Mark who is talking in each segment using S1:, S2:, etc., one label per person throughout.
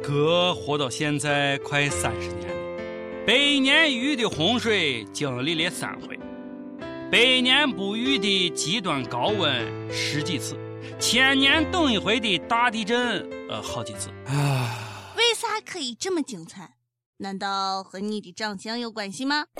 S1: 哥活到现在快30年了，100年一遇的洪水经历了3回，100年不遇的极端高温10几次，1000年等一回的大地震好几次。
S2: 为啥可以这么精彩？难道和你的长相有关系吗？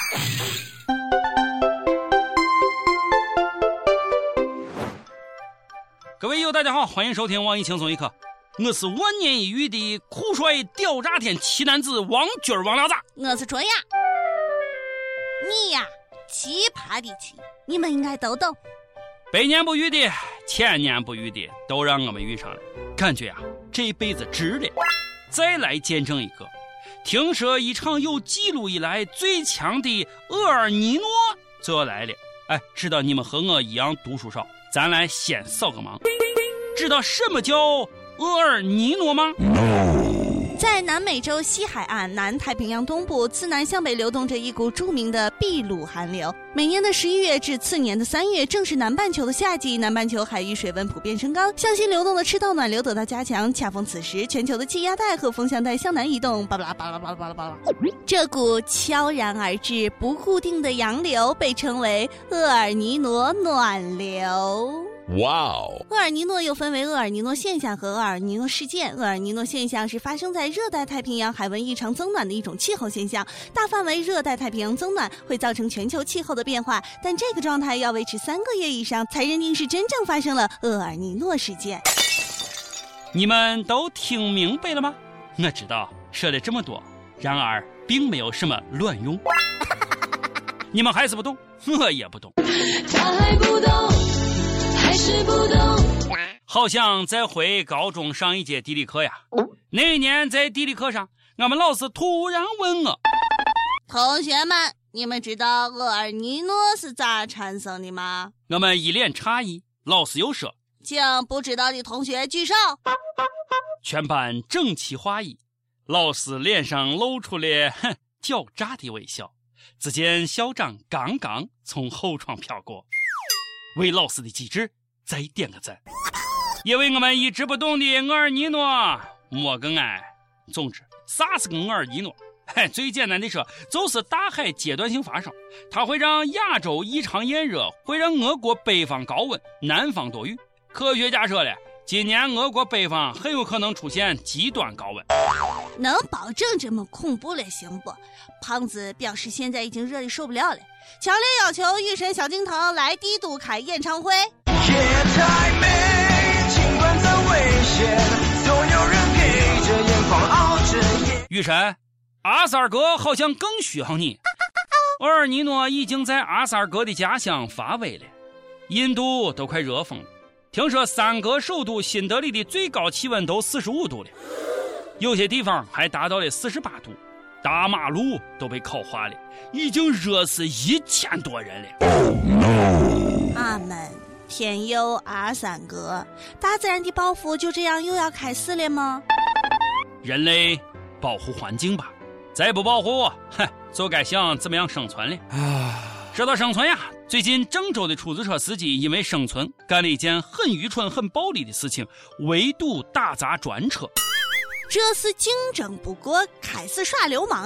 S1: 各位友大家好，欢迎收听网易轻松一刻，我是万年一遇的酷帅屌炸天奇男子王军王聊子，
S2: 我是卓雅。你呀，奇葩的奇，你们应该都懂。
S1: 100年不遇的1000年不遇的都让我们遇上了，感觉这一辈子值了。再来见证一个，听说一场有记录以来最强的厄尔尼诺就要来了。知道你们和我一样读书少，咱来先扫个盲。知道什么叫厄尔尼诺吗？
S2: 在南美洲西海岸南太平洋东部，自南向北流动着一股著名的秘鲁寒流。每年的11月至次年的3月，正是南半球的夏季，南半球海域水温普遍升高，向西流动的赤道暖流得到加强。恰逢此时，全球的气压带和风向带向南移动，巴拉巴拉巴拉巴拉巴拉。这股悄然而至、不固定的洋流被称为厄尔尼诺暖流。
S3: 哇哦！
S2: 厄尔尼诺又分为厄尔尼诺现象和厄尔尼诺事件。厄尔尼诺现象是发生在热带太平洋海温异常增暖的一种气候现象，大范围热带太平洋增暖会造成全球气候的变化，但这个状态要维持3个月以上才认定是真正发生了厄尔尼诺事件。
S1: 你们都听明白了吗？我知道说了这么多，然而并没有什么卵用。你们还是不懂，我也不懂。
S4: 他还不懂，还是不懂。
S1: 好像在回高中上一节地理课呀。那一年在地理课上，我们老师突然问我：
S2: 同学们，你们知道厄尔尼诺是咋产生的吗？
S1: 我们一脸诧异，老师又说：
S2: 请不知道的同学举手。
S1: 全班整齐划一，老师脸上露出了狡诈的微笑。只见校长刚刚从后窗飘过，为老师的机智再点个赞，也为我们一直不懂的厄尔尼诺抹个哀。总之，啥是个厄尔尼诺？最简单的说，就是大海阶段性发烧，它会让亚洲异常炎热，会让俄国北方高温，南方多雨。科学家说了，今年俄国北方很有可能出现极端高温。
S2: 能保证这么恐怖了行不？胖子表示现在已经热得受不了了，强烈要求雨神小敬腾来帝都开演唱会。
S5: 夜太美，尽管再危险，总有人给着眼眶熬着夜。
S1: 雨神，阿萨尔哥好像更需要你。厄尔尼诺已经在阿萨尔哥的家乡发威了，印度都快热疯了。听说3个首都新德里的最高气温都45度了，有些地方还达到了48度，大马路都被烤化了，已经热死1000多人了。
S2: 阿门，天佑阿三哥，大自然的报复就这样又要开始了吗？
S1: 人类保护环境吧，再不保护，就该想怎么样生存了。说到生存呀，最近郑州的出租车司机因为生存干了一件很愚蠢很暴力的事情，围堵打砸专车。
S2: 这是竞争不过开始耍流氓了。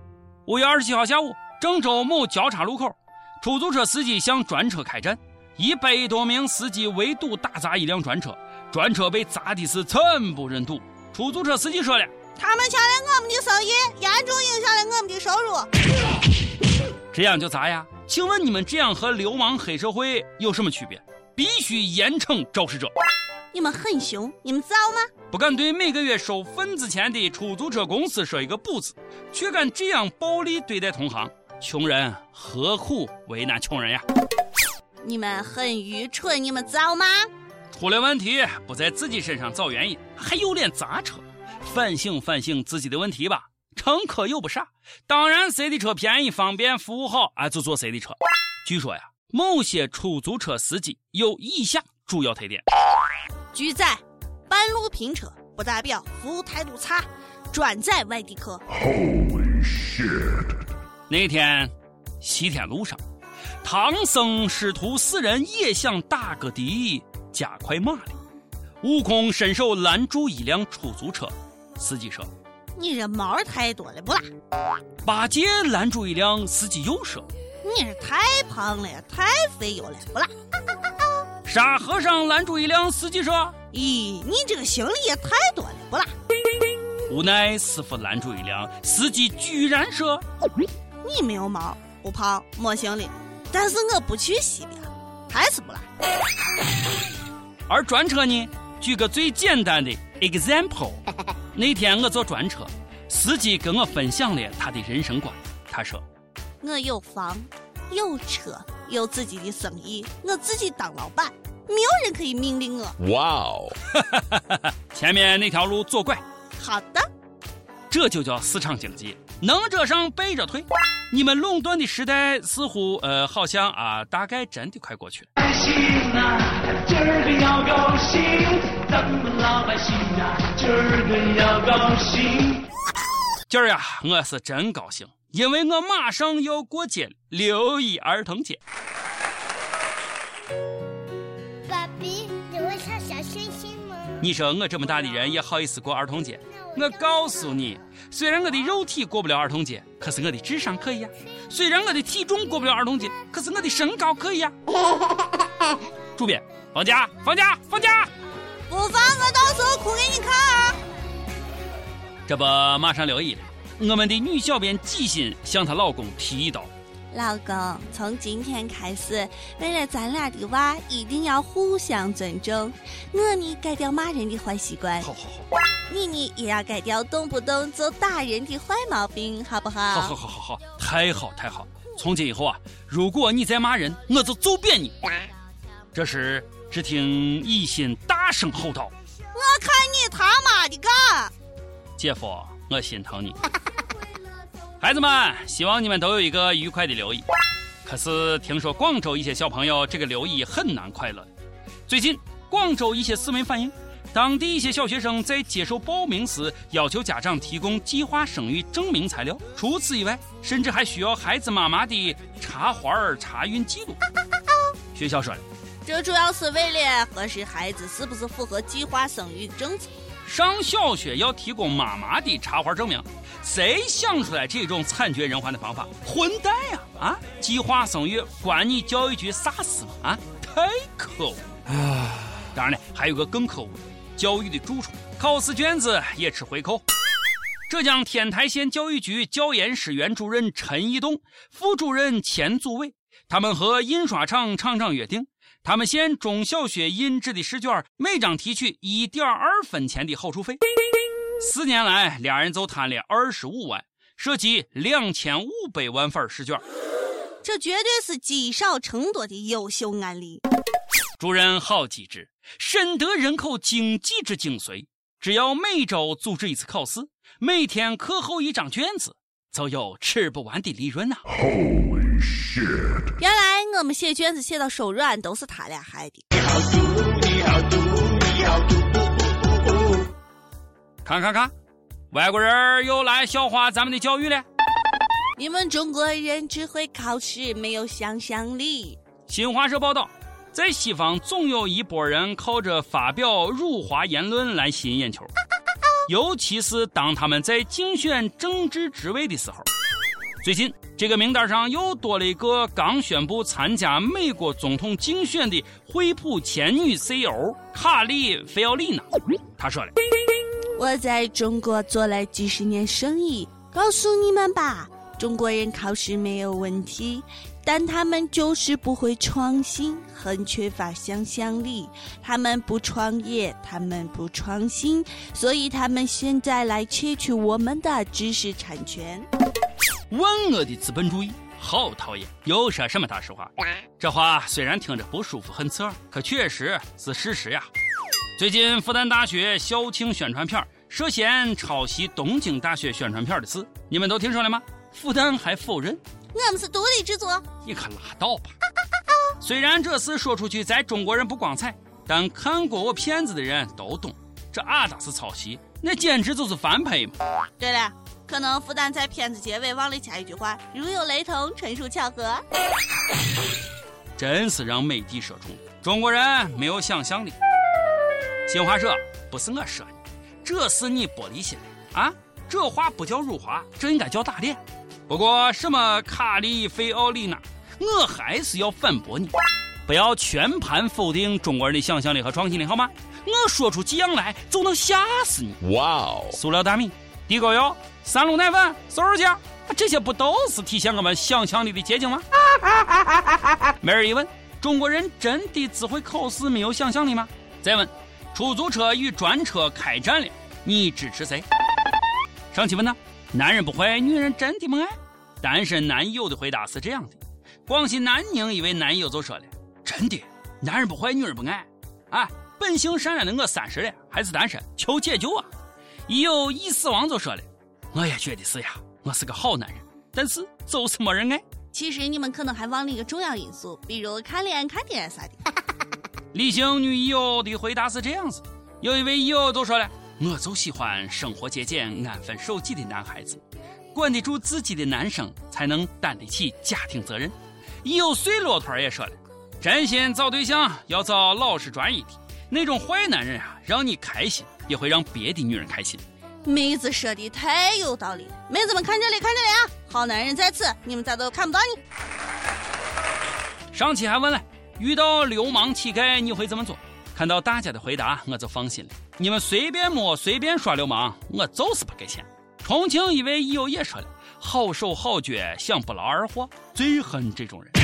S1: 5月27号下午，郑州某交叉路口，出租车司机向专车开战，100多名司机围堵打砸一辆专车，专车被砸的是惨不忍睹。出租车司机说了，
S2: 他们抢了我们的生意，严重影响了我们的收入。
S1: 这样就砸呀？请问你们这样和流氓黑社会有什么区别？必须严惩肇事者。
S2: 你们很凶，你们知道吗？
S1: 不敢对每个月收份子钱的出租车公司说一个不字，却敢这样暴力对待同行，穷人何苦为难穷人呀？
S2: 你们很愚蠢，你们知道吗？
S1: 出了问题不在自己身上找原因，还有脸砸车？反省反省自己的问题吧。乘客又不傻，当然谁的车便宜方便服务好就坐谁的车。据说呀，某些出租车司机有以下主要特点：
S2: 拒载、半路停车不代表服务态度差，专载外地客。
S3: Holy shit！
S1: 那天西天路上，唐僧师徒4人也想打个的，加快马力。悟空伸手拦住一辆出租车， 司机说。
S2: 你这毛太多了不啦？
S1: 八戒拦住一辆，司机又说。
S2: 你是太胖了，太肥油了不啦？
S1: 沙和尚拦住一辆，司机说。
S2: 咦，你这个行李也太多了不啦？
S1: 无奈师傅拦住一辆，司机居然说。
S2: 你没有毛，不胖，没行李，但是我不去西边，还是不啦？
S1: 而专车呢？举个最简单的 example， 那天我坐专车，司机跟我分享了他的人生观。他说：“
S2: 我有房，有车，有自己的生意，我自己当老板，没有人可以命令我。”
S3: 哇哦！
S1: 前面那条路左拐。
S2: 好的，
S1: 这就叫市场经济，能者上，背着推。你们垄断的时代似乎好像大概真的快过去了。
S6: 百姓啊，今儿个要高兴，咱们老百姓啊，今儿个要高兴。
S1: 今儿呀，我是真高兴，因为我马上要过节了，6·1儿童节。
S7: 爸比，你会唱小星星吗？
S1: 你说我这么大的人也好意思过儿童节？我告诉你，虽然我的肉体过不了儿童节，可是我的智商可以呀；虽然我的体重过不了儿童节，可是我的身高可以呀。主编，放假，放假，放假！
S2: 不放我到时候哭给你看啊！
S1: 这不马上6·1了，我们的女小编纪欣向她老公提议道：“
S2: 老公，从今天开始，为了咱俩的娃，一定要互相尊重。我呢，改掉骂人的坏习惯。
S1: 好好好。
S2: 你呢，也要改掉动不动就打人的坏毛病，好不好？
S1: 好好好好好，太好太好！从今以后啊，如果你再骂人，我就揍扁你。”这时，只听一心大声吼道：“
S2: 我看你他妈的个！
S1: 姐夫，我心疼你。”孩子们，希望你们都有一个愉快的6·1。可是听说广州一些小朋友这个6·1很难快乐。最近，广州一些市民反映，当地一些小学生在接受报名时要求家长提供计划生育证明材料，除此以外，甚至还需要孩子妈妈的插花查孕记录。学校说了，
S2: 这主要是为了核实孩子是不是符合计划生育政策。
S1: 上小学要提供妈妈的插花证明，谁想出来这种惨绝人寰的方法？混蛋呀！计划生育关你教育局啥事吗？太可恶！当然了，还有个更可恶的，教育的蛀虫，考试卷子也吃回扣。浙江天台县教育局教研室原主任陈义东、副主任钱祖伟，他们和印刷厂厂长约定，他们县中小学印制的试卷每张提取1.2分钱的好处费。4年来，俩人就贪了25万，涉及2500万份试卷。
S2: 这绝对是积少成多的优秀案例。
S1: 主任好机智，深得人口经济之精髓。只要每周组织一次考试，每天课后一张卷子，就有吃不完的利润啊。
S3: Holy shit！
S2: 原来我们写卷子写到手软都是他俩害的。
S1: 看，外国人又来笑话咱们的教育了。
S2: 你们中国人只会考试，没有想象力。
S1: 新华社报道，在西方总有一拨人靠着发表辱华言论来吸引眼球，尤其是当他们在竞选政治职位的时候。最近这个名单上又多了一个刚宣布参加美国总统竞选的惠普前女 CEO 卡莉·菲奥丽娜。她说了，
S2: 我在中国做了几十年生意，告诉你们吧，中国人考试没有问题，但他们就是不会创新，很缺乏想象力。他们不创业，他们不创新，所以他们现在来窃取我们的知识产权。
S1: 万恶的资本主义，好讨厌！又说什么大实话？这话虽然听着不舒服很刺耳，可确实是事实呀。最近复旦大学校庆宣传片涉嫌抄袭东京大学宣传片的事，你们都听说了吗？复旦还否认，
S2: 我们是独立制作。
S1: 你可拉倒吧！虽然这事说出去在中国人不光彩，但看过我片子的人都懂，这阿达是抄袭，那简直就是翻配嘛。
S2: 对了，可能复旦在片子结尾忘了加一句话，如有雷同，纯属巧合。
S1: 真是让美帝说中了，中国人没有想象力。新华社不是我说的， 这是你玻璃心了啊！这话不叫辱华，这应该叫打脸。不过什么卡里菲奥丽娜，我还是要反驳你，不要全盘否定中国人的想象力和创新力好吗？我说出几样来就能吓死你。
S3: 哇哦！
S1: 塑料大米、地沟油、三鹿奶粉、手酱，这些不都是体现我们想象力的结晶吗？没人一问，中国人真的只会考试没有想象力吗？再问，出租车与专车开战了，你支持谁？上期问呢，男人不坏，女人真的不爱。单身男友的回答是这样的：广西南宁一位男友就说了，真的，男人不坏，女人不爱啊！本性善良的我30了还是单身，求解救啊！已有已死亡就说了，我也觉得是呀，我是个好男人，但是就是没人爱。
S2: 其实你们可能还忘了一个重要因素，比如看脸看电啥的。
S1: 理性女友的回答是这样子，有一位友就说了，我就喜欢生活节俭、安分守己的男孩子，管得住自己的男生才能担得起家庭责任。有碎骆驼也说了，真心找对象要找老实专一的，那种坏男人啊，让你开心也会让别的女人开心。
S2: 妹子说的太有道理了，妹子们看这里看这里啊，好男人在此，你们咋都看不到你。
S1: 上期还问了，遇到流氓乞丐你会怎么做？看到大家的回答我就放心了，你们随便摸随便耍流氓，我就是不给钱。重庆一位友也说了，好手好脚想不劳而获，最恨这种人。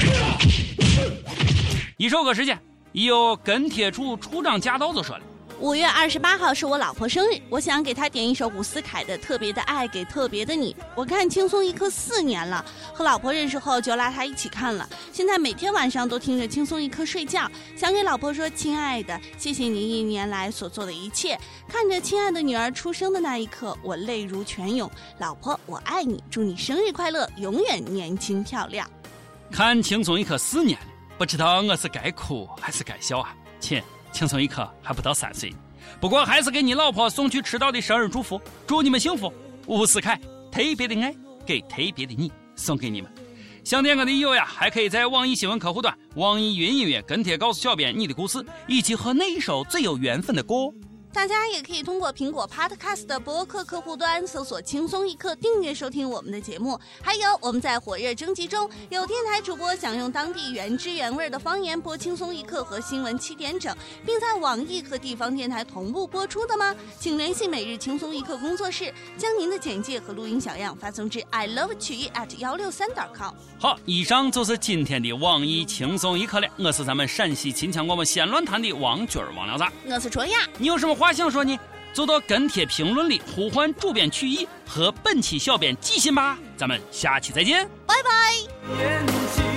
S1: 一首歌时间，有跟帖处处长驾到就说了
S2: ，5月28号是我老婆生日，我想给她点一首伍思凯的《特别的爱给特别的你》。我看轻松一刻4年了，和老婆认识后就拉她一起看了，现在每天晚上都听着轻松一刻睡觉。想给老婆说，亲爱的，谢谢你1年来所做的一切。看着亲爱的女儿出生的那一刻，我泪如泉涌。老婆，我爱你，祝你生日快乐，永远年轻漂亮。
S1: 看轻松一刻4年了，不知道我是该哭还是该笑啊，亲。轻松一刻还不到3岁，不过还是给你老婆送去迟到的生日祝福，祝你们幸福。伍思凯特别的爱给特别的你，送给你们。想点歌的友呀，还可以在网易新闻客户端、网易云音乐跟帖告诉小编你的故事，以及和那一首最有缘分的歌。
S2: 大家也可以通过苹果 Podcast 的播客客户端搜索轻松一刻，订阅收听我们的节目。还有我们在火热征集中，有电台主播想用当地原汁原味的方言播轻松一刻和新闻7点整，并在网易和地方电台同步播出的吗？请联系每日轻松一刻工作室，将您的简介和录音小样发送至 iLoveChU@163.com。
S1: 好，以上就是今天的网易轻松一刻了。我是咱们陕西秦腔广播西安论坛的王军王聊子，
S2: 我是卓雅。
S1: 你有什么话想说呢？就到跟帖评论里呼唤主编曲艺和本期小编寄信吧。咱们下期再见，
S2: 拜拜。